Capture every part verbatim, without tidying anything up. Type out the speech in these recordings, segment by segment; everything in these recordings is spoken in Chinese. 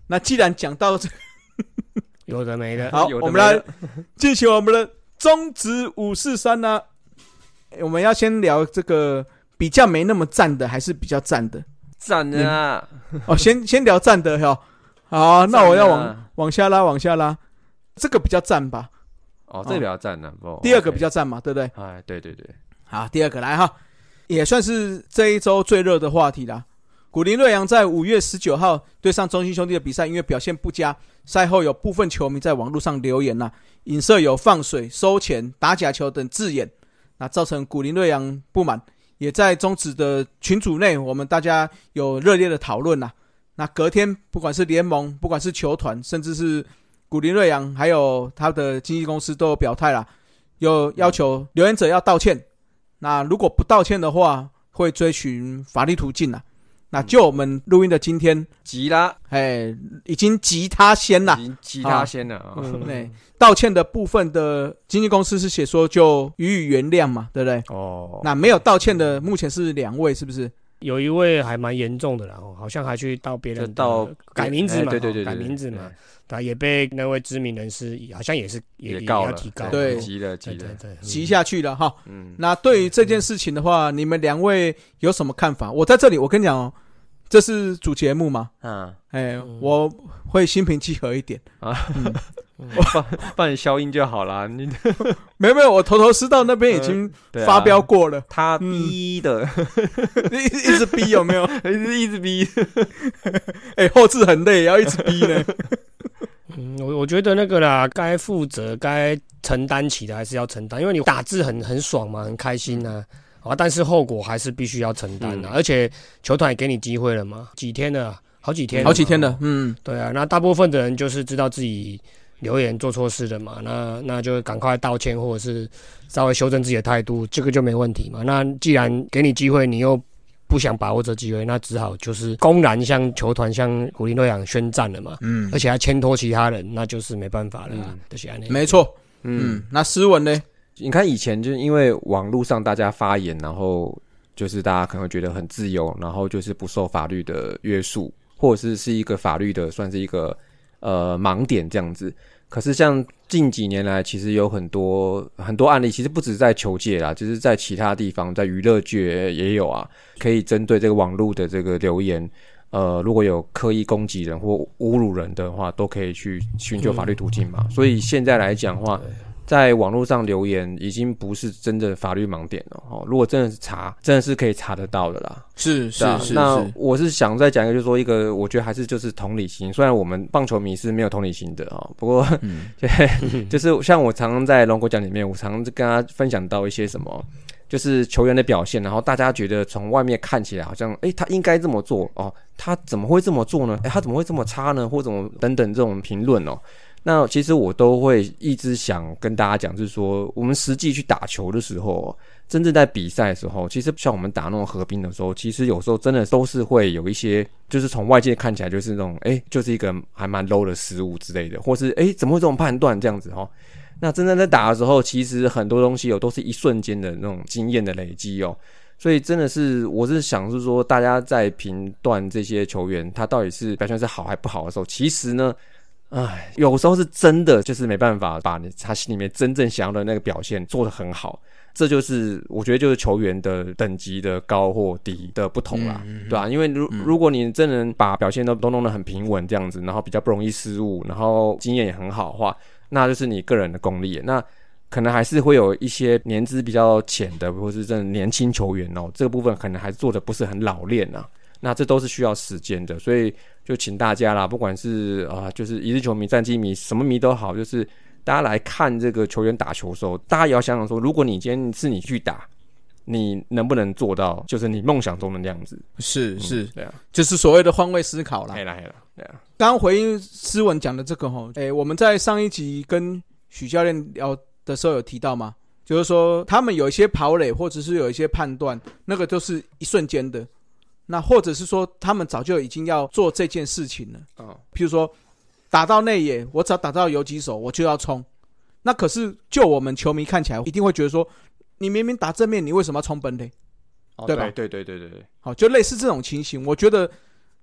那既然讲到这个有的没的， 好，我们来进行我们的中职五四三呢。我们要先聊这个比较没那么赞的，还是比较赞的？ 赞的啊！ 哦，先先聊赞的哈。好，那我要往往下拉，往下拉。这个比较赞吧？ 哦，这个比较赞的、啊。 第二个比较赞嘛，对不对？ 哎，对对对。 好，第二个来哈，也算是这一周最热的话题啦。古林瑞阳在五月十九号对上中信兄弟的比赛，因为表现不佳，赛后有部分球迷在网络上留言啦、啊，影射有放水、收钱、打假球等字眼，那造成古林瑞阳不满，也在中职的群组内，我们大家有热烈的讨论啦。那隔天，不管是联盟，不管是球团，甚至是古林瑞阳，还有他的经纪公司都有表态啦，有要求留言者要道歉。那如果不道歉的话，会追寻法律途径啦。那就我们录音的今天， 急啦， 哎，已经急他先啦， 已经急他先了啊。 嗯，对，道歉的部分的经纪公司是写说就予以原谅嘛，对不对？ 哦， 那没有道歉的目前是两位，是不是？ 有一位还蛮严重的啦，好像还去到别人到改名字嘛， 对对 对, 对, 对， 改名字嘛，他也被那位知名人士好像也是 也, 也告了， 也要提告， 对， 急了急了， 对对对， 急下去了哈。嗯，那对于这件事情的话，你们两位有什么看法？我在这里，我跟你讲哦。这是主节目嘛？嗯，哎、欸，我会心平气和一点啊， 嗯，帮帮你消音就好啦。你没有没有，我头头是道那边已经发飙过了。 呃啊、他逼的， 嗯、一一直逼有没有？ 一直一直逼。 哎、欸，后置很累，也要一直逼呢。 嗯，我我觉得那个啦，该负责、该承担起的还是要承担，因为你打字很很爽嘛，很开心啊。啊，但是后果还是必须要承担的、啊嗯，而且球团也给你机会了嘛，几天了，好几天了， 好几天了，嗯， 对啊，那大部分的人就是知道自己留言做错事了嘛，那那就赶快道歉，或者是稍微修正自己的态度，这个就没问题嘛。那既然给你机会，你又不想把握这机会，那只好就是公然向球团、向古林瑞阳宣战了嘛，嗯，而且还牵拖其他人，那就是没办法了、啊，这些、嗯、 没错，嗯，那诗文呢？ 你看以前就是因为网络上大家发言，然后就是大家可能会觉得很自由，然后就是不受法律的约束，或者是是一个法律的算是一个呃盲点这样子。可是像近几年来，其实有很多很多案例，其实不止在球界啦，就是在其他地方，在娱乐界也有啊，可以针对这个网络的这个留言，呃，如果有刻意攻击人或侮辱人的话，都可以去寻求法律途径嘛。嗯、所以现在来讲的话，在网络上留言已经不是真的法律盲点了哦。如果真的是查，真的是可以查得到的啦。 是是 是, 是。 那我是想再讲一个，就是说一个，我觉得还是就是同理心。虽然我们棒球迷是没有同理心的哦，不过、嗯、就是像我常常在龙国讲里面，我常常跟他分享到一些什么，就是球员的表现，然后大家觉得从外面看起来好像，哎，他应该这么做哦，他怎么会这么做呢？哎，他怎么会这么差呢？或怎么等等这种评论哦。那其实我都会一直想跟大家讲，是说我们实际去打球的时候，真正在比赛的时候，其实像我们打那种河滨的时候，其实有时候真的都是会有一些，就是从外界看起来就是那种，哎，就是一个还蛮 low 的失误之类的，或是哎怎么会这种判断这样子齁。那真正在打的时候，其实很多东西哦都是一瞬间的那种经验的累积哦。所以真的是，我是想是说，大家在评断这些球员他到底是表现是好还不好的时候，其实呢。唉，有时候是真的就是没办法把你他心里面真正想要的那个表现做得很好，这就是我觉得就是球员的等级的高或低的不同啦，嗯嗯嗯对吧、啊？因为如如果你真能把表现都都弄得很平稳这样子，然后比较不容易失误，然后经验也很好的话，那就是你个人的功力。那可能还是会有一些年资比较浅的，或是真的年轻球员哦，这个部分可能还做得不是很老练啊。那这都是需要时间的，所以就请大家啦，不管是啊、呃，就是一日球迷、战绩迷，什么迷都好，就是大家来看这个球员打球的时候，大家也要想想说，如果你今天是你去打，你能不能做到就是你梦想中的那样子？ 是是、嗯， 对啊， 就是所谓的换位思考啦。 嘿啦嘿啦，对啊。 刚刚回应诗文讲的这个齁，诶，我们在上一集跟许教练聊的时候有提到吗？就是说他们有一些跑垒，或者是有一些判断，那个都是一瞬间的。那或者是说他们早就已经要做这件事情了，哦，譬如说打到内野，我只要打到游击手我就要冲，那可是就我们球迷看起来一定会觉得说，你明明打正面，你为什么要冲本垒？ 哦， 对吧？ 对对对对对， 好，就类似这种情形，我觉得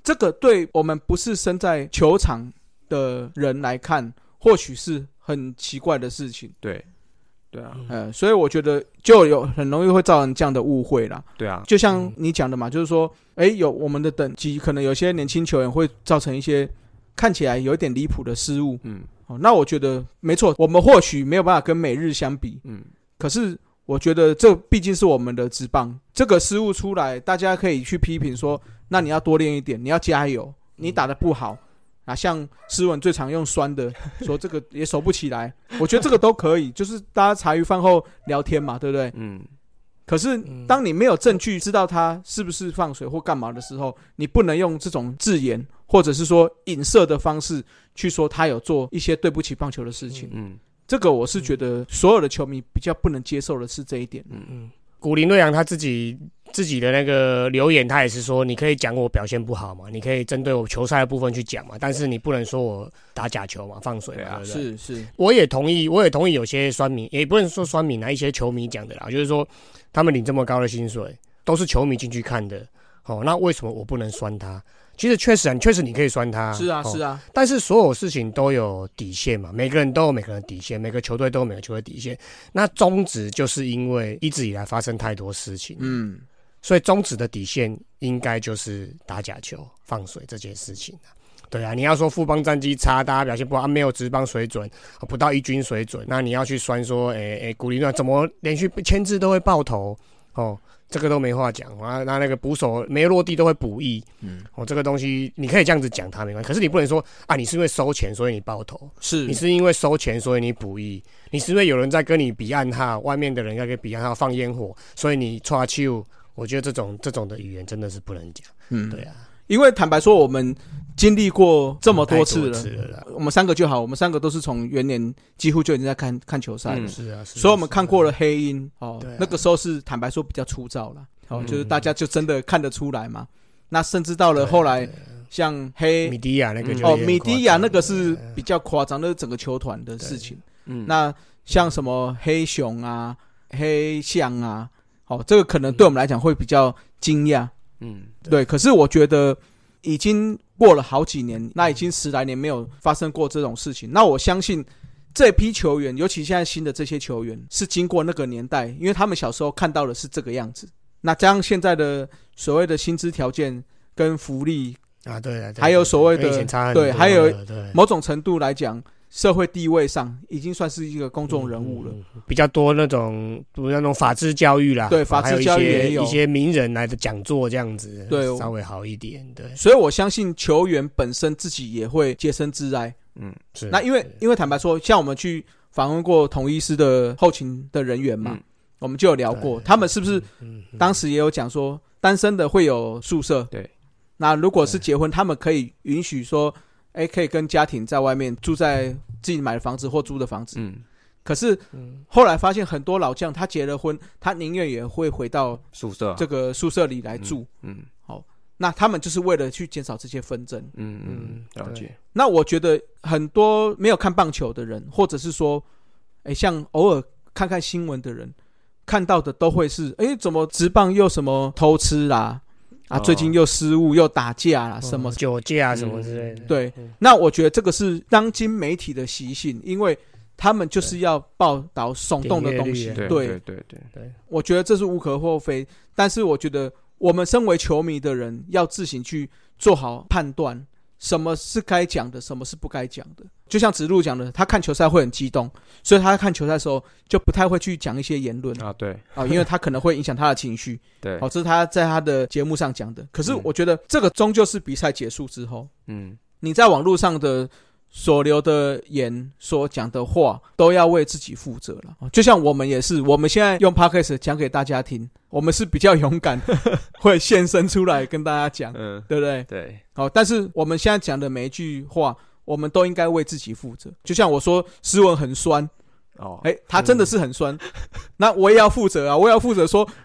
这个对我们不是身在球场的人来看，或许是很奇怪的事情。 对，对啊， 呃，所以我觉得就有很容易会造成这样的误会啦。 对啊， 就像你讲的嘛，就是说，哎，有我们的等级，可能有些年轻球员会造成一些看起来有一点离谱的失误。嗯，哦，那我觉得没错，我们或许没有办法跟美日相比。嗯，可是我觉得这毕竟是我们的职棒，这个失误出来，大家可以去批评说，那你要多练一点，你要加油，你打得不好。啊，像诗文最常用酸的，说这个也守不起来，我觉得这个都可以，就是大家茶余饭后聊天嘛，对不对？嗯。可是当你没有证据知道他是不是放水或干嘛的时候，你不能用这种字眼或者是说影射的方式去说他有做一些对不起棒球的事情。嗯，这个我是觉得所有的球迷比较不能接受的是这一点。嗯嗯。古林瑞阳他自己自己的那个留言，他也是说，你可以讲我表现不好嘛，你可以针对我球赛的部分去讲嘛，但是你不能说我打假球嘛，放水嘛，对啊，对不对？ 是是， 我也同意，我也同意有些酸民，也不能说酸民啊，一些球迷讲的啦，就是说他们领这么高的薪水，都是球迷进去看的，哦，那为什么我不能酸他？其实确实啊，确实你可以酸他， 是啊是啊， 但是所有事情都有底线嘛，每个人都有每个人的底线，每个球队都有每个球队的底线。那中职就是因为一直以来发生太多事情，嗯，所以中职的底线应该就是打假球、放水这件事情啊。对啊，你要说富邦战绩差，大家表现不好，啊、没有职棒水准，不到一军水准，那你要去酸说，哎、欸、哎、欸，古林怎么连续签字都会爆头哦？这个都没话讲啊，那那个捕手没落地都会补益，嗯，哦，这个东西你可以这样子讲他没关系，可是你不能说啊，你是因为收钱所以你爆头， 是你是因为收钱所以你补益，你是因为有人在跟你比暗号，外面的人在跟比暗号放烟火，所以你抓球，我觉得这种这种的语言真的是不能讲，嗯，对啊， 因为坦白说我们经历过这么多次了， 次了我们三个就好，我们三个都是从元年几乎就已经在看看球赛了、 嗯，是啊，是啊， 所以我们看过了黑鹰哦、啊，那个时候是坦白说比较粗糙了，哦、嗯，就是大家就真的看得出来嘛。那甚至到了后来，像黑米迪亚那个就哦，米迪亚那个是比较夸张，那是整个球团的事情。嗯，那像什么黑熊啊、黑象啊，哦，这个可能对我们来讲会比较惊讶。嗯，对。可是我觉得已经过了好几年，那已经十来年没有发生过这种事情。那我相信这批球员，尤其现在新的这些球员，是经过那个年代，因为他们小时候看到的是这个样子。那加上现在的所谓的薪资条件跟福利啊，对啊， 还有所谓的对，还有某种程度来讲，社会地位上已经算是一个公众人物了，嗯嗯、比较多那种那种法治教育啦， 对，法治教育也有一些名人来的讲座这样子，对，稍微好一点，对。 所以我相信球员本身自己也会洁身自爱，嗯，是。那因为因为坦白说，像我们去访问过统一师的后勤的人员嘛。嗯，我们就有聊过，他们是不是当时也有讲说，单身的会有宿舍？对，那如果是结婚，他们可以允许说，哎，可以跟家庭在外面住在自己买的房子或租的房子。嗯，可是后来发现很多老将他结了婚，他宁愿也会回到宿舍这个宿舍里来住。嗯，好、哦，那他们就是为了去减少这些纷争。 嗯嗯，了解。 那我觉得很多没有看棒球的人，或者是说，哎，像偶尔看看新闻的人。看到的都会是，哎，怎么职棒又什么偷吃啦，啊，最近又失误又打架啦，什么、 哦、酒驾什么之类的。 嗯、对、嗯，那我觉得这个是当今媒体的习性，因为他们就是要报道耸动的东西。 对对对对对， 我觉得这是无可厚非，但是我觉得我们身为球迷的人要自行去做好判断。什么是该讲的，什么是不该讲的？就像子路讲的，他看球赛会很激动，所以他看球赛的时候就不太会去讲一些言论啊，对啊，因为他可能会影响他的情绪。 对， 哦，这是他在他的节目上讲的。可是我觉得这个终究是比赛结束之后，嗯，你在网络上的所留的言、所讲的话，都要为自己负责了。就像我们也是，我们现在用 Podcast 讲给大家听。我们是比较勇敢，会现身出来跟大家讲，嗯，对不对？ 对。 好，但是我们现在讲的每一句话，我们都应该为自己负责。就像我说，诗文很酸，哦，哎，他真的是很酸，嗯、那我也要负责啊，我也要负责说，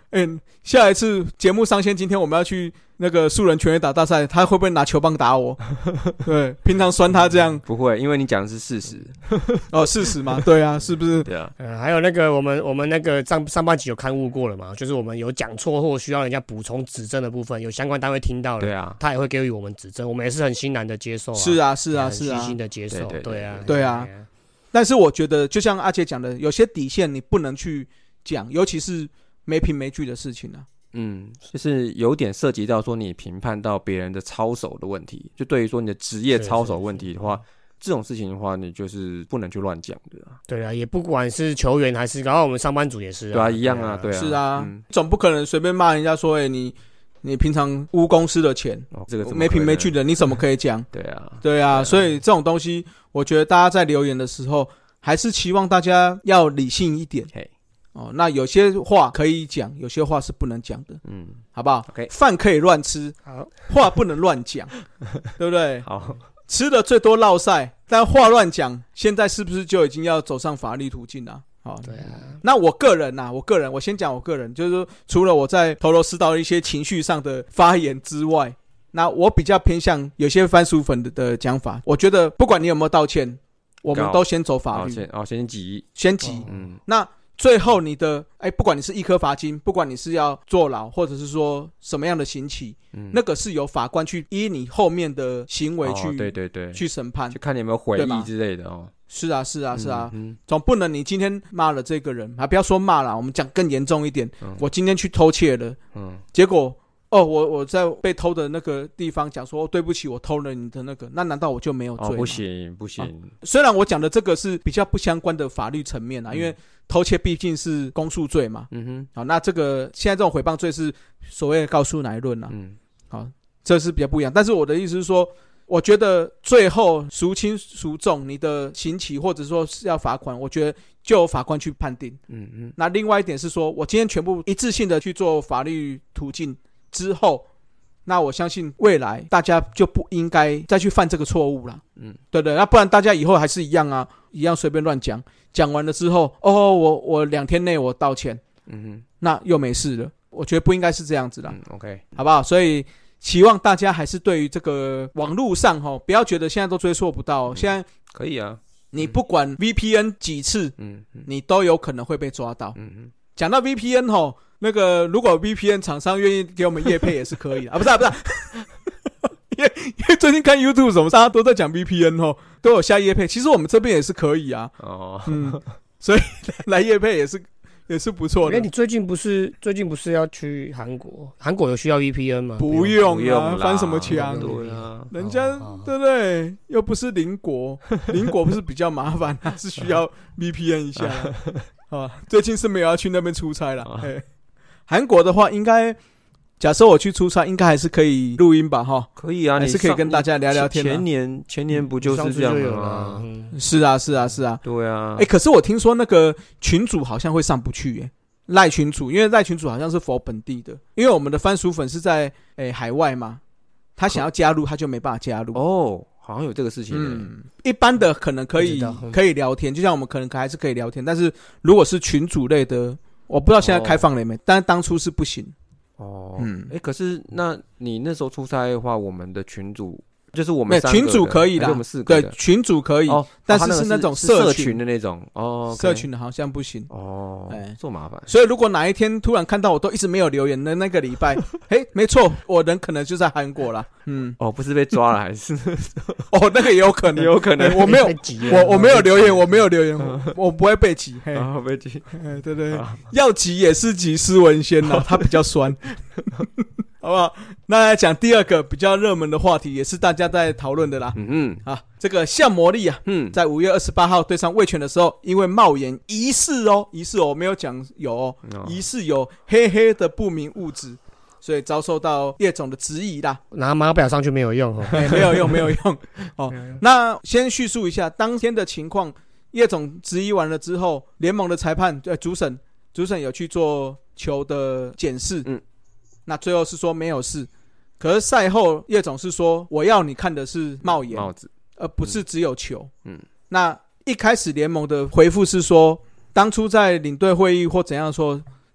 哎、欸，下一次节目上线，今天我们要去那个素人全垒打大赛，他会不会拿球棒打我？对，平常酸他这样不会，因为你讲的是事实。 哦，事实嘛，对啊，是不是？ 对啊。 呃，还有那个我们我们那个上上半集有刊物过了嘛，就是我们有讲错或需要人家补充指正的部分，有相关单位听到了， 对啊， 他也会给予我们指正，我们也是很欣然的接受、啊。 是啊，是啊，是啊， 虚心的接受， 对对对对啊， 对啊。但是我觉得，就像阿杰讲的，有些底线你不能去讲，尤其是没凭没据的事情啊。 嗯，就是有点涉及到说你评判到别人的操守的问题，就对于说你的职业操守问题的话，这种事情的话，你就是不能去乱讲的、啊。 对啊，也不管是球员还是，然后我们上班族也是、啊， 对啊，一样啊，对啊， 是啊， 嗯、 总不可能随便骂人家说，哎、欸，你你平常污公司的钱， 哦、这个没凭没据的，你怎么可以讲？ 对啊， 对啊，所以这种东西，我觉得大家在留言的时候，还是期望大家要理性一点。哦，那有些话可以讲，有些话是不能讲的，嗯，好不好？ OK， 饭可以乱吃，好，话不能乱讲，对不对？ 好， 吃的最多落晒，但话乱讲，现在是不是就已经要走上法律途径了？好， 对啊。 那我个人呐、啊，我个人，我先讲我个人，就是说，除了我在头头是道一些情绪上的发言之外，那我比较偏向有些番薯粉的的讲法，我觉得不管你有没有道歉，我们都先走法律， 先哦，先急， 先急， 嗯， 那。最后你的哎，不管你是一颗罚金，不管你是要坐牢，或者是说什么样的刑期，嗯，那个是由法官去依你后面的行为去，哦、 对对对， 去审判， 去看你有没有悔意之类的哦。 是啊，是啊，是啊， 嗯嗯、 总不能你今天骂了这个人，还不要说骂了，我们讲更严重一点，嗯、我今天去偷窃了，嗯，结果。哦，我我在被偷的那个地方讲说、哦、对不起，我偷了你的那个，那难道我就没有罪吗？ 哦，不行不行、 啊。虽然我讲的这个是比较不相关的法律层面啊，嗯、因为偷窃毕竟是公诉罪嘛。嗯哼。好，那这个现在这种诽谤罪是所谓的告诉乃论啊。嗯。好，这是比较不一样。但是我的意思是说，我觉得最后孰轻孰重，你的刑期或者说是要罚款，我觉得就由法官去判定。嗯嗯。那另外一点是说，我今天全部一致性的去做法律途径。之后，那我相信未来大家就不应该再去犯这个错误了。嗯，对对，那不然大家以后还是一样啊，一样随便乱讲，讲完了之后，哦，我我两天内我道歉，嗯哼，那又没事了。我觉得不应该是这样子的、 嗯、，OK， 好不好？所以期望大家还是对于这个网络上哈，不要觉得现在都追溯不到、哦嗯，现在可以啊， 你不管 V P N 几次，嗯，你都有可能会被抓到。嗯嗯，讲到 V P N 哈。那个，如果 V P N 厂商愿意给我们业配也是可以的啊，不是啊，不是、啊，因为因为最近看 YouTube 什么，大家都在讲 V P N 哦，都有下业配，其实我们这边也是可以啊，哦，嗯，所以来业配也是也是不错的。 哎，你最近不是最近不是要去韩国？韩国有需要 V P N 吗？ 不用啊， 翻什么墙？ 对啊， 人家、哦、对不对？又不是邻国，邻国不是比较麻烦，还是需要 V P N 一下啊？最近是没有要去那边出差了，哎。韩国的话，应该假设我去出差，应该还是可以录音吧？哈， 可以啊， 还是可以跟大家聊聊天、啊。 前年前年不就是这样吗？ 嗯、是啊，是啊，是啊。 对啊。 哎、欸，可是我听说那个群主好像会上不去耶，赖群主，因为赖群主好像是否本地的，因为我们的番薯粉是在诶、欸、海外嘛，他想要加入他就没办法加入。 哦，好像有这个事情。嗯， 一般的可能可以可以聊天，就像我们可能还是可以聊天，但是如果是群主类的。我不知道现在开放了没、哦，但是当初是不行。 哦，嗯，哎，可是那你那时候出差的话，我们的群主就是我们三个群主可以啦， 我们四个对，群主可以，哦、但是是那种社群, 群的那种哦， okay、社群的好像不行哦，哎，这么麻烦。 所以如果哪一天突然看到我都一直没有留言的那个礼拜，哎，没错，我人可能就在韩国啦。嗯， 哦，不是被抓了还是？ 哦，那个也有可能， 有可能， 我没有，我我没有留言，我没有留言，我, 我不会被挤，嘿， 哦、被挤， 对对，要挤也是挤施文先啦，他比较酸。好不好？那来讲第二个比较热门的话题，也是大家在讨论的啦。嗯嗯，啊，这个向魔力啊，嗯，在五月二十八号对上味全的时候，因为冒烟疑似哦，疑似哦，没有讲有哦，疑似有黑黑的不明物质，所以遭受到叶总的质疑啦。 拿码表上去没有用哦， 欸、没有用，没有用哦。那先叙述一下当天的情况。叶总质疑完了之后，联盟的裁判呃主审主审有去做球的检视，嗯。那最后是说没有事，可是赛后叶总是说我要你看的是帽檐帽子， 而不是只有球。嗯，那一开始联盟的回复是说，当初在领队会议或怎样说，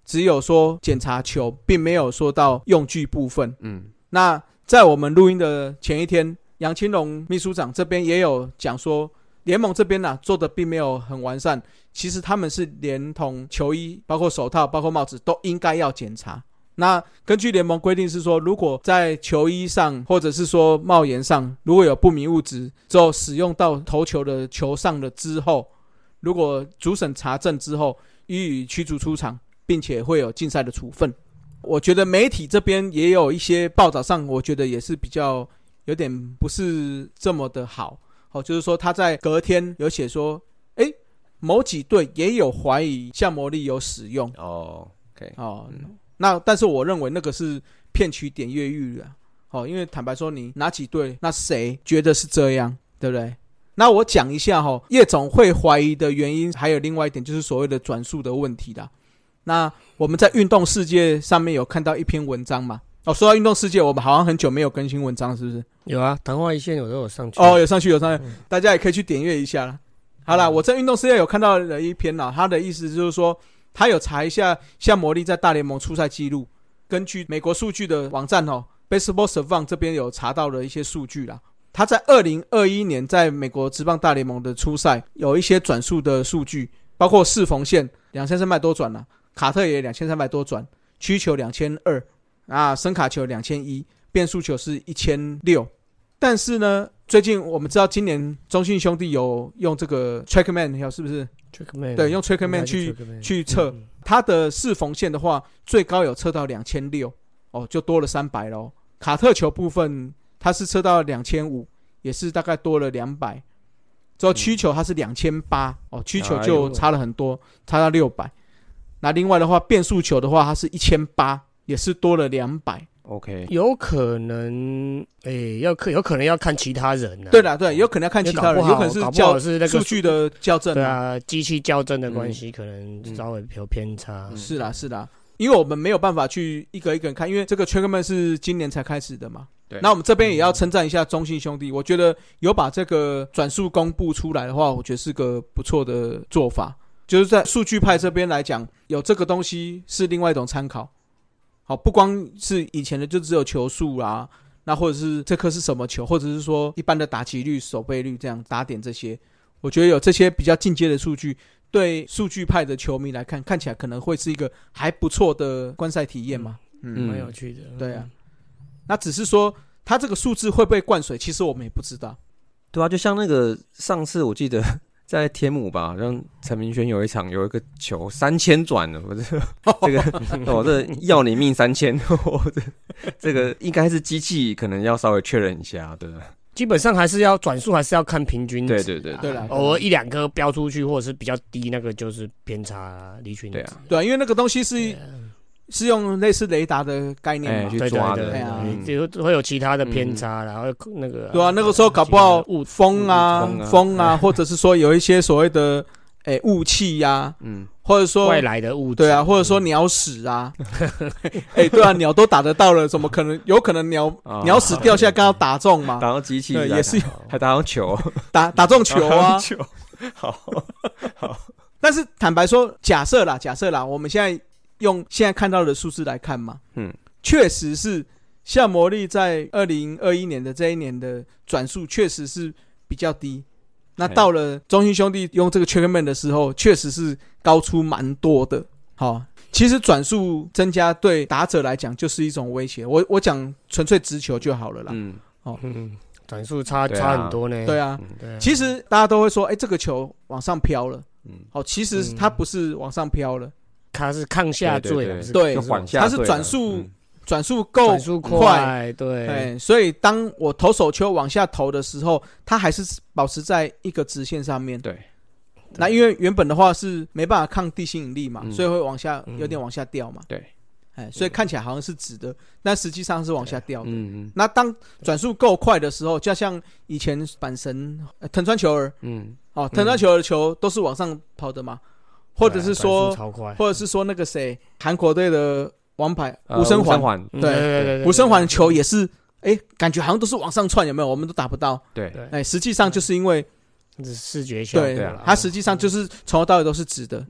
只有说检查球，并没有说到用具部分。 嗯， 那在我们录音的前一天，杨清龙秘书长这边也有讲说，联盟这边啊做的并没有很完善，其实他们是连同球衣，包括手套，包括帽子都应该要检查。那根据联盟规定是说，如果在球衣上或者是说帽檐上如果有不明物质之后使用到投球的球上了之后，如果主审查证之后予以驱逐出场，并且会有禁赛的处分。我觉得媒体这边也有一些报道上，我觉得也是比较有点不是这么的好。哦，就是说他在隔天有写说，诶，某几队也有怀疑夏魔力有使用。 哦 ，OK， 哦，嗯，那但是我认为那个是骗取点阅率啊。哦，因为坦白说，你哪几队，那谁觉得是这样，对不对？那我讲一下哈，夜总会怀疑的原因，还有另外一点就是所谓的转述的问题啦。那我们在运动世界上面有看到一篇文章嘛？哦，说到运动世界，我们好像很久没有更新文章，是不是？ 有啊，昙花一现我都有上去。 哦，有上去有上去， 嗯， 大家也可以去点阅一下啦。好啦，我在运动世界有看到了一篇啦，他的意思就是说，他有查一下夏魔力在大联盟出赛记录，根据美国数据的网站哦 ，Baseball Savant 这边有查到了一些数据啦。他在二零二一年在美国职棒大联盟的出赛有一些转速的数据，包括四缝线两千三百多转啦，卡特也两千三百多转，曲球两千二百啊，声卡球两千一百，变速球是一千六百。但是呢，最近我们知道今年中信兄弟有用这个 TrackMan 是不是？ TrackMan 对，用 TrackMan 去去测，嗯，它的四缝线的话，最高有测到两千六百哦，就多了三百咯。卡特球部分它是测到两千五百，也是大概多了两百。之后曲球它是两千八百哦，曲球就差了很多，差到六百。那另外的话，变速球的话，它是一千八百，也是多了两百。 OK， 有可能，诶，要可有可能要看其他人啊。 对啦，对，有可能要看其他人，有可能是校是那个数据的校正，啊。 对啊，机器校正的关系，嗯，可能稍微有偏差。 嗯，是啦，是啦，因为我们没有办法去一个一个人看，因为这个 TrackMan 是今年才开始的嘛。对，那我们这边也要称赞一下中信兄弟，我觉得有把这个转速公布出来的话，我觉得是个不错的做法。就是在数据派这边来讲，有这个东西是另外一种参考。好，不光是以前的就只有球速啊，那或者是这颗是什么球，或者是说一般的打击率、守备率这样打点这些，我觉得有这些比较进阶的数据，对数据派的球迷来看，看起来可能会是一个还不错的观赛体验嘛。 嗯，蛮，嗯，有趣的。 对啊，那只是说它这个数字会不会灌水，其实我们也不知道。 对啊，就像那个上次我记得在天母吧，让陈明轩有一场有一个球三千转了，我这这个我这要你命三千，我这这个应该是机器可能要稍微确认一下，对吧？ 基本上还是要转速，还是要看平均值， 对对对对啦， 偶尔一两颗飙出去，或者是比较低，那个就是偏差离群值。 对啊， 对啊，因为那个东西是。是用类似雷达的概念嘛， 欸，去抓的， 对对对，就会有其他的偏差，然后那个对啊，那个时候搞不好风啊风啊，或者是说有一些所谓的诶雾气呀，嗯，或者说外来的物质， 对啊，或者说鸟屎啊，哎，对啊，鸟都打得到了，怎么可能有可能鸟鸟屎掉下来刚好打中嘛？ 打到机器， 对，也是还打到球， 打打中球啊， 球，好好。 但是坦白说，假设啦，假设啦，我们现在。用现在看到的数字来看嘛，嗯，确实是夏魔力在二零二一年的这一年的转速确实是比较低，那到了中信兄弟用这个 TrackMan 的时候，确实是高出蛮多的。好，其实转速增加对打者来讲就是一种威胁。我我讲纯粹直球就好了啦。嗯，哦， 嗯，转速差、啊、差很多呢。 对啊，嗯、对啊，其实大家都会说，哎、欸，这个球往上飘了。嗯，好，其实它不是往上飘了。 它是抗下坠， 对，它是转速转速够转速快，对， 对，所以当我投手球往下投的时候，它还是保持在一个直线上面。 对， 那因为原本的话是没办法抗地心引力嘛，嗯、所以会往下有点往下掉嘛。 对， 哎，所以看起来好像是直的，但实际上是往下掉的。嗯嗯。那当转速够快的时候，就像以前阪神藤川球儿，嗯，哦，藤川球儿的球都是往上跑的嘛。或者是说，或者是说那个谁，韩国队的王牌吴生环，对对对，吴生环球也是，哎，感觉好像都是往上窜，有没有？我们都打不到。 对， 哎，实际上就是因为是视觉效果， 对，它实际上就是从头到尾都是直的。嗯，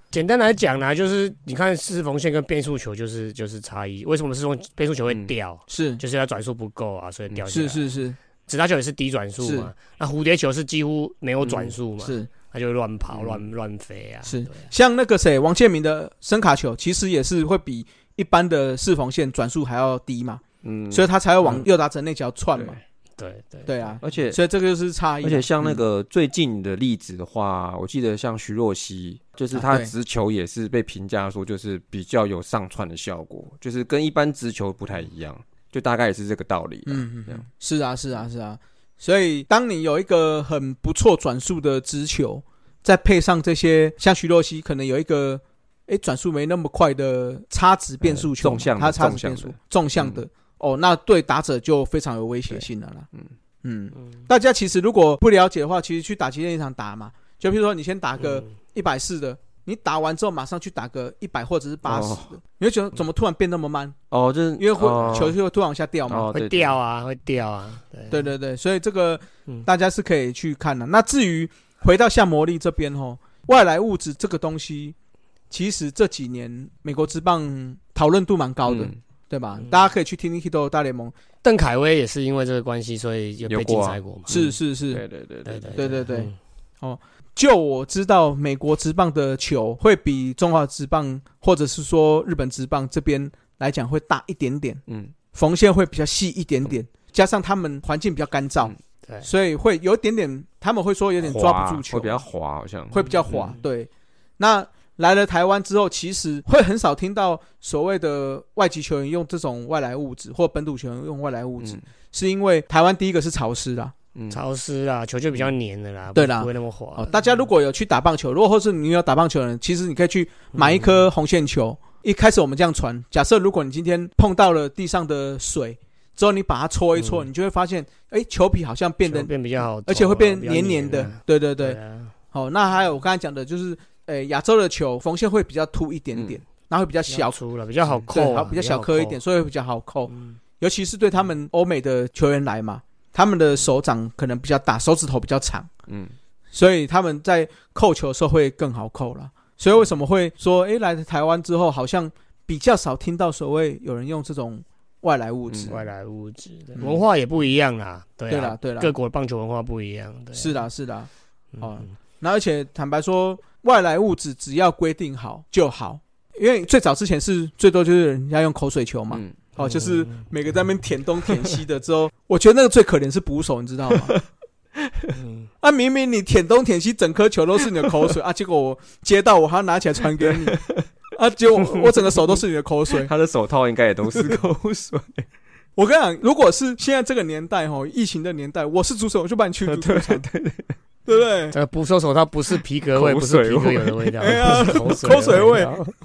简单来讲呢，就是你看四缝线跟变速球就是就是差异。为什么四缝变速球会掉？嗯、 是就是它转速不够啊，所以掉下来。 是是是， 直达球也是低转速嘛，那蝴蝶球是几乎没有转速嘛， 嗯、是它就乱跑乱乱、嗯、飞啊。 是， 啊像那个谁王建民的声卡球，其实也是会比一般的四缝线转速还要低嘛，嗯，所以他才会往右打者那脚窜嘛。 对对对啊， 而且所以这个就是差异。 而且像那个最近的例子的话，嗯、我记得像徐若曦，就是他直球也是被评价说就是比较有上窜的效果，就是跟一般直球不太一样，就大概也是这个道理。 嗯嗯，是啊是啊是啊。所以当你有一个很不错转速的直球，再配上这些像徐若曦可能有一个诶转速没那么快的差值变速球， 纵向它差值变速纵向的。哦，那对打者就非常有威胁性了啦。嗯嗯，大家其实如果不了解的话，其实去打击练场打嘛，就比如说你先打个一百四的，你打完之后马上去打个一百或者是八十的，哦、你会觉得怎么突然变那么慢？哦，就是因为会、哦、球就会突然往下掉嘛， 哦、会掉啊，会掉啊。 对对对，所以这个大家是可以去看的。那至于回到像魔力这边吼，外来物质这个东西，其实这几年美国职棒讨论度蛮高的。嗯对吧、嗯？大家可以去听听 Hito 大联盟。 邓凯威也是因为这个关系，所以有被禁赛过嘛？ 是是是， 对对对对对对对对。嗯、哦，就我知道，美国职棒的球会比中华职棒或者是说日本职棒这边来讲会大一点点，嗯，缝线会比较细一点点，加上他们环境比较干燥，嗯、对，所以会有一点点，他们会说有点抓不住球， 会比较滑，好像会比较滑。嗯、对，那。来了台湾之后，其实会很少听到所谓的外籍球员用这种外来物质，或本土球员用外来物质，嗯、是因为台湾第一个是潮湿啦， 嗯、潮湿啦，球就比较黏的啦， 对啦， 不会那么滑、 哦。大家如果有去打棒球，如果或是你有打棒球的人，其实你可以去买一颗红线球。嗯、一开始我们这样传，假设如果你今天碰到了地上的水之后，你把它搓一搓，嗯、你就会发现，哎，球皮好像变得变比较好， 而且会变黏黏的。对对对。 对啊、 好，那还有我刚才讲的就是。诶，亚洲的球缝线会比较凸一点点，然后会比较小， 粗了，比较好扣、啊， 比较小颗一点，所以会比较好扣。嗯、尤其是对他们欧美的球员来嘛，他们的手掌可能比较大，手指头比较长，嗯，所以他们在扣球的时候会更好扣啦。所以为什么会说，诶，来台湾之后好像比较少听到所谓有人用这种外来物质、 嗯，外来物质，文化也不一样啦，对啦，对啦， 各国棒球文化不一样，对、啊， 是啦，是啦，哦，嗯、那而且坦白说。外来物质只要规定好就好，因为最早之前是最多就是人家用口水球嘛，嗯、哦，就是每个在那边舔东舔西的之后，我觉得那个最可怜是捕手，你知道吗？嗯、啊，明明你舔东舔西，整颗球都是你的口水啊，结果我接到我还要拿起来传给你，啊，结果 我, 我整个手都是你的口水， 他的手套应该也都是口水。 我跟你讲，如果是现在这个年代哈，疫情的年代，我是主手，我就把你驱逐出场。对对对。对不对？ 这个捕手手套不是皮革味，不是皮革油的味道， 哎呀，口水味。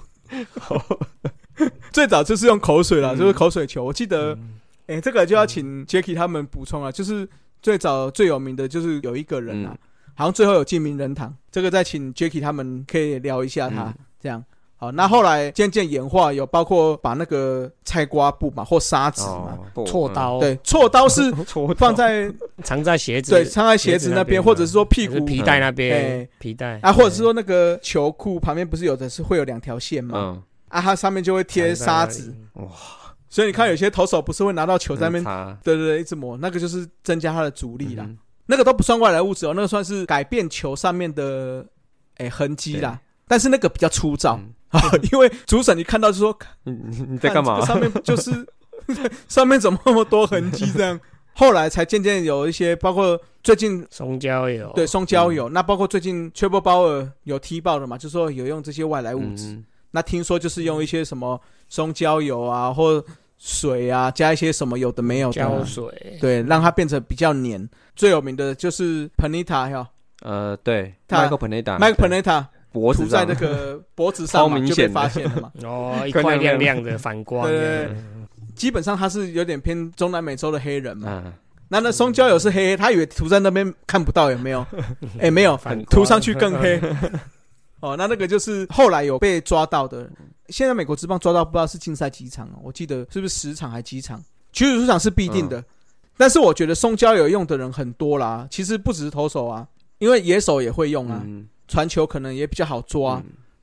最早就是用口水啦，嗯、就是口水球。我记得，哎、嗯欸，这个就要请 Jacky 他们补充了。就是最早最有名的就是有一个人啊，嗯、好像最后有进名人堂。这个再请 Jacky 他们可以聊一下他，嗯、这样。好，那后来渐渐演化，有包括把那个菜瓜布嘛，或砂纸嘛， 锉、哦、刀， 对，锉刀是放在藏在鞋子， 对，藏在鞋子那边，或者是说屁股皮带那边，皮带啊，或者是说那个球裤旁边不是有的是会有两条线嘛，嗯、啊，它上面就会贴砂纸，哇，所以你看有些投手不是会拿到球在那边，对对对，一直磨，那个就是增加它的阻力啦，嗯、那个都不算外来物质哦，那个算是改变球上面的诶痕迹啦，但是那个比较粗糙。嗯因为主审你看到就说你你在干嘛？ 这上面就是上面怎么那么多痕迹这样？后来才渐渐有一些，包括最近松胶有， 对松胶有，嗯、那包括最近 Triple Bauer 有踢爆的嘛，就说有用这些外来物质。嗯、那听说就是用一些什么松胶油啊，或水啊，加一些什么有的没有的、啊、 胶水， 对，让它变成比较黏。最有名的就是 Panetta 哈， 呃，对 ，Michael Panetta，Michael Panetta。涂在那个脖子上嘛，就被发现了嘛。 哦，一块亮亮的反光。对, 对, 对， 基本上他是有点偏中南美洲的黑人嘛。嗯、那那松胶油是黑黑，他以为涂在那边看不到有没有？哎、欸，没有，涂上去更黑。哦，那那个就是后来有被抓到的。现在美国职棒抓到不知道是禁赛几场哦，我记得是不是十场还几场？驱逐出场是必定的，嗯、但是我觉得松胶油用的人很多啦。其实不只是投手啊，因为野手也会用啊。嗯传球可能也比较好抓，嗯、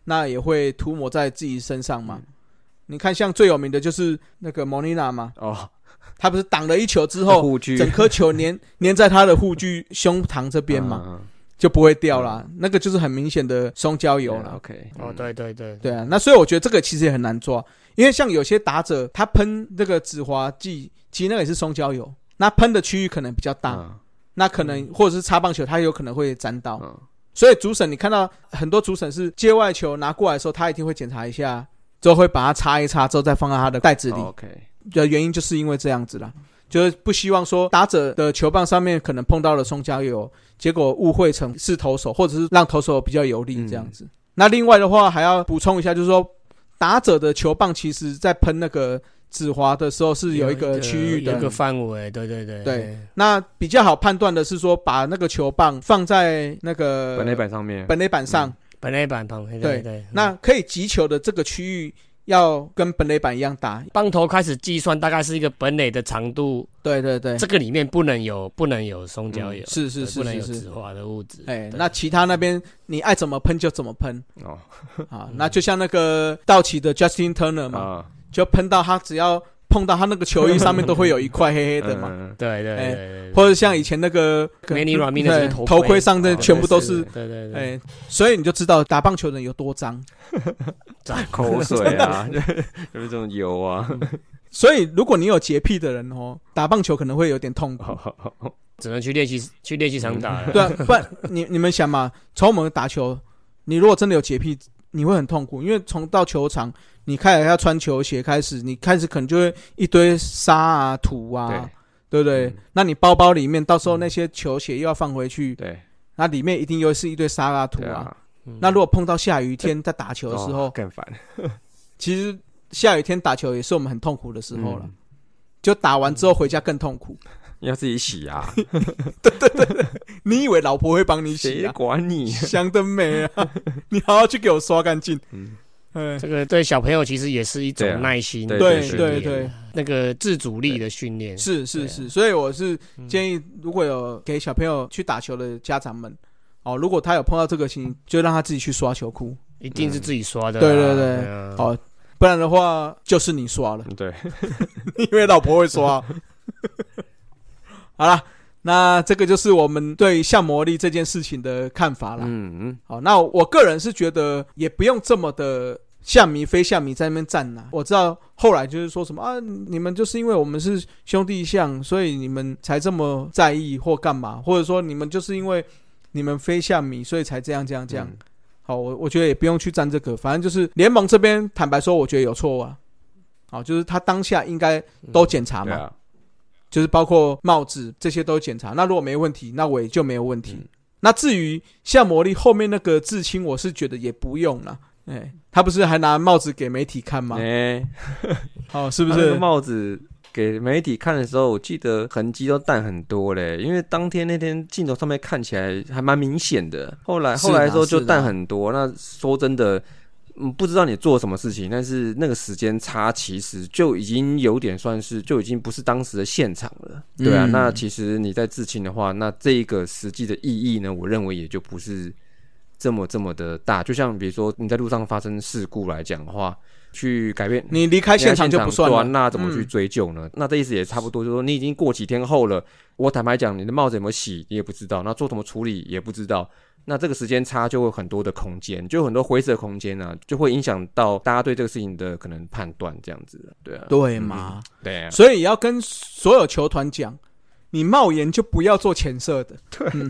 那也会涂抹在自己身上嘛。 嗯、 你看，像最有名的就是那个莫妮娜嘛， 哦， 他不是挡了一球之后，整颗球粘粘在他的护具胸膛这边嘛。嗯，就不会掉啦、嗯、那个就是很明显的松焦油啦。 OK， 哦，对对对对啊，那所以我觉得这个其实也很难抓，因为像有些打者他喷这个止滑剂，其实那个也是松焦油，那喷的区域可能比较大、嗯、那可能或者是擦棒球他有可能会沾到、嗯、所以主审你看到很多主审是接外球拿过来的时候，他一定会检查一下，之后会把它擦一擦，之后再放在他的袋子里、 哦、OK， 的原因就是因为这样子啦，就是不希望说打者的球棒上面可能碰到了松焦油，结果误会成是投手，或者是让投手比较有利这样子、嗯、那另外的话还要补充一下，就是说打者的球棒其实在喷那个止滑的时候是有一个区域的， 有一个范围，对对对对。那比较好判断的是说把那个球棒放在那个本垒板上面， 本垒板上、嗯、 本垒板旁边，对 对, 对、嗯、 那可以击球的这个区域要跟本垒板一样大， 棒头开始计算大概是一个本垒的长度， 对对对， 这个里面不能有不能有松焦油、嗯、 是是是是， 不能有止滑的物质。 哎，那其他那边你爱怎么喷就怎么喷哦。啊，那就像那个道奇的 Justin Turner 嘛、啊，就喷到他只要碰到他那个球衣上面都会有一块黑黑的嘛， 嗯、对, 对, 对, 对, 对, 对， 或者像以前那个 Manny Ramirez 头, 头盔上的全部都是， 对对对， 哎，所以你就知道打棒球的人有多脏， 口水啊，有一种油啊。 所以如果你有洁癖的人哦，打棒球可能会有点痛苦， 只能去练习去练习场打了。 对啊，不然你你们想嘛，从我们打球，你如果真的有洁癖，你会很痛苦，因为从到球场。你开始要穿球鞋开始，你开始可能就会一堆沙啊土啊， 对, 对不对、嗯、那你包包里面到时候那些球鞋又要放回去，对，那里面一定又是一堆沙啊土 啊, 啊、嗯、那如果碰到下雨天在打球的时候、 哦、更烦其实下雨天打球也是我们很痛苦的时候了、嗯、就打完之后回家更痛苦， 要自己洗啊对对对对，你以为老婆会帮你洗啊？ 谁管你想得美啊你好好去给我刷干净。嗯， 这个对小朋友其实也是一种耐心， 对对 对, 对, 对， 那个自主力的训练， 是是是，所以我是建议，如果有给小朋友去打球的家长们，哦，如果他有碰到这个情形，就让他自己去刷球裤， 一定是自己刷的、啊， 对对对，嗯、哦，不然的话就是你刷了， 对， 因为老婆会刷。好啦，那这个就是我们对下魔力这件事情的看法啦。嗯嗯，好，那我个人是觉得也不用这么的下迷非下迷在那边站啦。我知道后来就是说什么啊，你们就是因为我们是兄弟象，所以你们才这么在意或干嘛，或者说你们就是因为你们非下迷，所以才这样这样这样。嗯、好，我我觉得也不用去站这个，反正就是联盟这边坦白说，我觉得有错啊。好，就是他当下应该都检查嘛。嗯啊，就是包括帽子这些都检查，那如果没问题，那我也就没有问题。嗯、那至于夏魔力后面那个至亲，我是觉得也不用啦。哎，他不是还拿帽子给媒体看吗？哎，哦，是不是？ 那个帽子给媒体看的时候，我记得痕迹都淡很多嘞，因为当天那天镜头上面看起来还蛮明显的，后来后来的时候就淡很多。那说真的。嗯，不知道你做什么事情，但是那个时间差其实就已经有点算是就已经不是当时的现场了，对啊。嗯、那其实你在致歉的话，那这一个实际的意义呢，我认为也就不是这么这么的大。就像比如说你在路上发生事故来讲的话，去改变你离开现场就不算了， 啊、那怎么去追究呢？嗯、那这意思也差不多，就是说你已经过几天后了，我坦白讲，你的帽子有没有洗，你也不知道，那做什么处理也不知道。那这个时间差就会有很多的空间，就有很多灰色空间啊，就会影响到大家对这个事情的可能判断，这样子，对啊， 对嘛、 嗯，对啊， 所以要跟所有球团讲，你帽檐就不要做浅色的，对，嗯、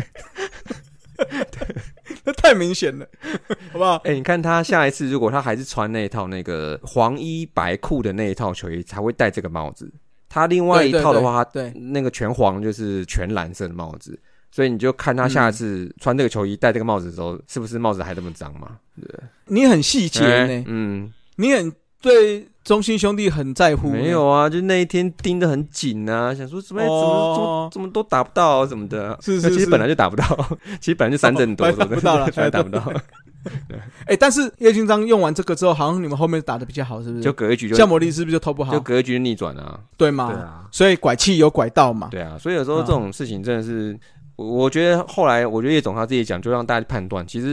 那太明显了，好不好？ 哎、欸，你看他下一次如果他还是穿那一套那个黄衣白裤的那一套球衣，才会戴这个帽子。他另外一套的话，对对对对，他那个全黄就是全蓝色的帽子。所以你就看他下一次穿这个球衣戴这个帽子的时候，是不是帽子还这么脏嘛？对， 你很细节呢、欸，嗯，你很对中信兄弟很在乎、欸。 没有啊，就那一天盯得很紧啊，想说怎么、哦、怎么怎么都打不到、啊、什么的。 是是是， 其实本来就打不到，其实本来就三振多， 哦、打不到了， 本来打不到。 哎、欸，但是叶军章用完这个之后，好像你们后面打得比较好，是不是？ 就隔一局就夏魔力是不是就投不好？ 就隔一局就逆转啊， 对吗？ 对啊， 所以拐气有拐到嘛。 对啊，所以有时候这种事情真的是。我觉得后来，我觉得叶总他自己讲，就让大家判断。其实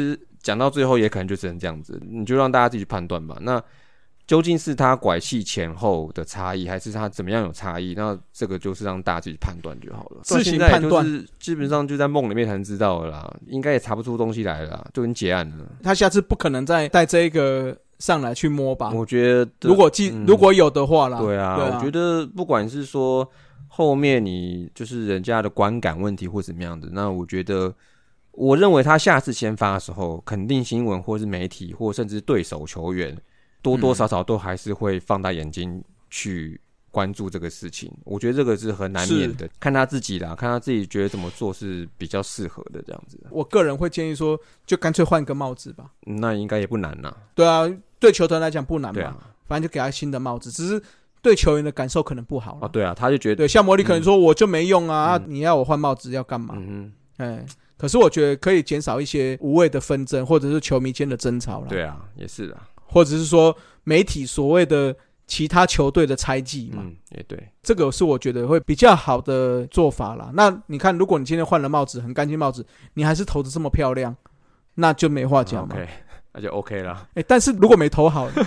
讲到最后也可能就只能这样子，你就让大家自己去判断吧。那究竟是他拐气前后的差异，还是他怎么样有差异？那这个就是让大家自己判断就好了。 自行判断， 就是基本上就在梦里面才能知道了啦，应该也查不出东西来了啦，就跟结案了。 他下次不可能再带这个上来去摸吧？ 我觉得， 如果记、嗯、如果有的话啦， 对啊，对啊，我觉得不管是说后面你就是人家的观感问题或怎么样的，那我觉得。我认为他下次先发的时候，肯定新闻或是媒体或甚至对手球员多多少少都还是会放大眼睛去关注这个事情。我觉得这个是很难免的，看他自己啦，看他自己觉得怎么做是比较适合的这样子。 我个人会建议说，就干脆换个帽子吧。 那应该也不难啦。 对啊，对球团来讲不难嘛， 啊、 反正就给他新的帽子，只是对球员的感受可能不好哦，对啊，他就觉得对，像魔力可能说我就没用啊，嗯、啊你要我换帽子要干嘛？嗯嗯，可是我觉得可以减少一些无谓的纷争，或者是球迷间的争吵啦。 对啊，也是啊， 或者是说媒体所谓的其他球队的猜忌嘛。 嗯，也对， 这个是我觉得会比较好的做法啦。那你看，如果你今天换了帽子，很干净帽子，你还是投得这么漂亮，那就没话讲嘛。 OK， 那就 OK 了。 哎、欸，但是如果没投好，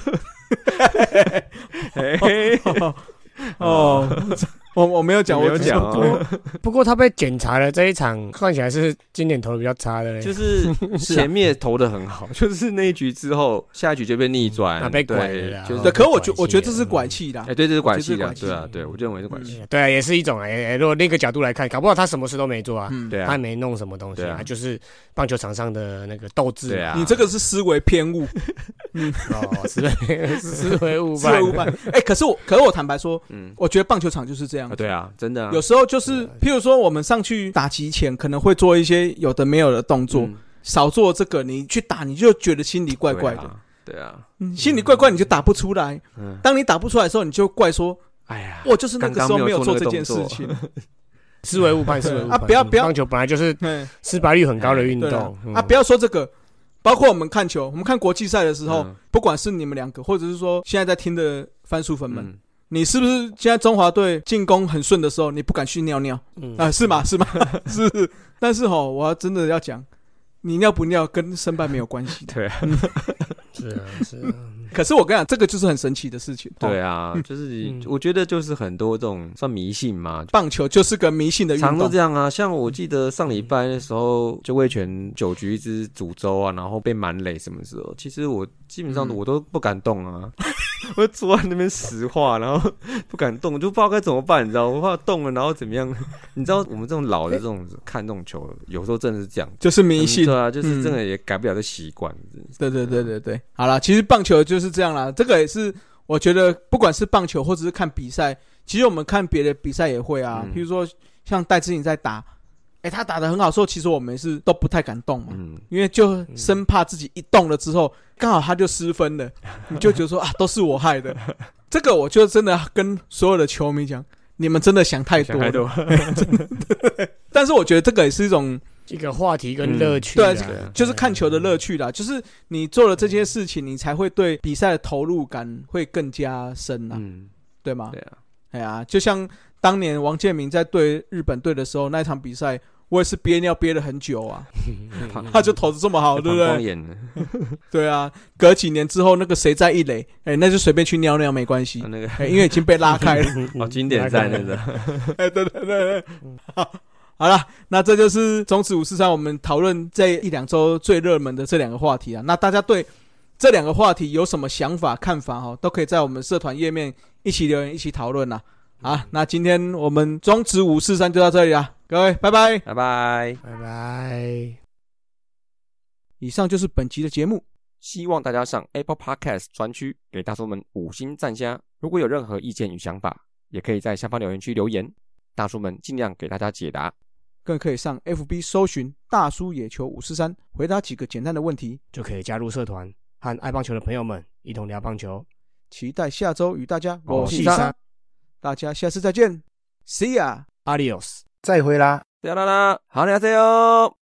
哦。我我没有讲， 我没有讲哦。 不过他被检查的这一场看起来是今年投的比较差的嘞， 就是前面投的很好，就是那一局之后，下一局就被逆转， 那、嗯、被拐了啦。 就是、 对，可我觉我觉得这是拐气的， 哎、欸，对，这是拐气的，对啊，对，我认为是拐气、 嗯。对啊，也是一种啊。哎、欸，如果那个角度来看，搞不好他什么事都没做啊， 嗯、 他没弄什么东西啊，啊就是棒球场上的那个斗志。 对啊， 你这个是思维偏误。 嗯，哦，思维思维误判，思维误判。哎、欸，可是我，可是我坦白说，嗯，我觉得棒球场就是这样。 啊对啊，真的、啊。 有时候就是，譬如说我们上去打击前，可能会做一些有的没有的动作，嗯、少做这个，你去打你就觉得心里怪怪的。 对啊，对啊嗯、心里怪怪你就打不出来。嗯、当你打不出来的时候，你就怪说，哎呀，我就是那个时候没有做这件事情。 思维误判，思维误判啊！不要不要， 棒球本来就是失败率很高的运动、 嗯、啊！不要说这个。包括我们看球，我们看国际赛的时候、嗯，不管是你们两个，或者是说现在在听的番薯粉们、嗯，你是不是现在中华队进攻很顺的时候，你不敢去尿尿？嗯、啊，是吗？是吗？是, 是。但是齁，我要真的要讲，你尿不尿跟胜败没有关系。 对啊， 是啊，是啊。 可是我跟你讲，这个就是很神奇的事情。 对啊，就是我觉得就是很多这种算迷信嘛， 棒球就是个迷信的运动， 常都这样啊。像我记得上礼拜的时候，就味全九局一支诅咒啊，然后被满垒什么时候，其实我基本上我都不敢动啊，嗯、我坐在那边石化，然后不敢动，就不知道该怎么办，你知道，我怕动了然后怎么样？你知道我们这种老的这种看这种球，有时候真的是这样， 就是迷信， 对啊，就是真的也改不了这习惯、嗯。 对对对对对，好啦，其实棒球就是这样啦，这个也是我觉得，不管是棒球或者是看比赛，其实我们看别的比赛也会啊，嗯、譬如说像戴资颖在打，哎、欸，他打得很好的时候，其实我们是都不太敢动嘛，嗯、因为就生怕自己一动了之后，刚好他就失分了，你就觉得说啊，都是我害的。这个我就真的跟所有的球迷讲，你们真的想太多了，想太多真的。但是我觉得这个也是一种。 一个话题跟乐趣、嗯， 对，就是看球的乐趣啦。就是你做了这件事情，你才会对比赛的投入感会更加深啦，嗯、对吗？ 对啊， 哎呀，就像当年王建民在对日本队的时候，那一场比赛，我也是憋尿憋了很久啊，他就投得这么好，对不对？对啊，隔几年之后，那个谁在一垒，哎、欸，那就随便去尿尿没关系、啊，那个、欸，因为已经被拉开了。 哦，经典赛那个， 哎，对对对对。好了，那这就是中职五四三我们讨论这一两周最热门的这两个话题啊。那大家对这两个话题有什么想法看法哈，都可以在我们社团页面一起留言一起讨论啦。好，那今天我们中职五四三就到这里啦，各位拜拜拜拜拜拜。 以上就是本集的节目， 希望大家上 Apple Podcast 专区给大叔们五星赞加。如果有任何意见与想法，也可以在下方留言区留言，大叔们尽量给大家解答。 更可以上 F B 搜寻大叔野球五四三，回答几个简单的问题， 就可以加入社团，和爱棒球的朋友们一同聊棒球。 期待下周与大家我是三， 大家下次再见 ，See ya， Adios， 再会啦， 再啦啦，好，안녕하세요。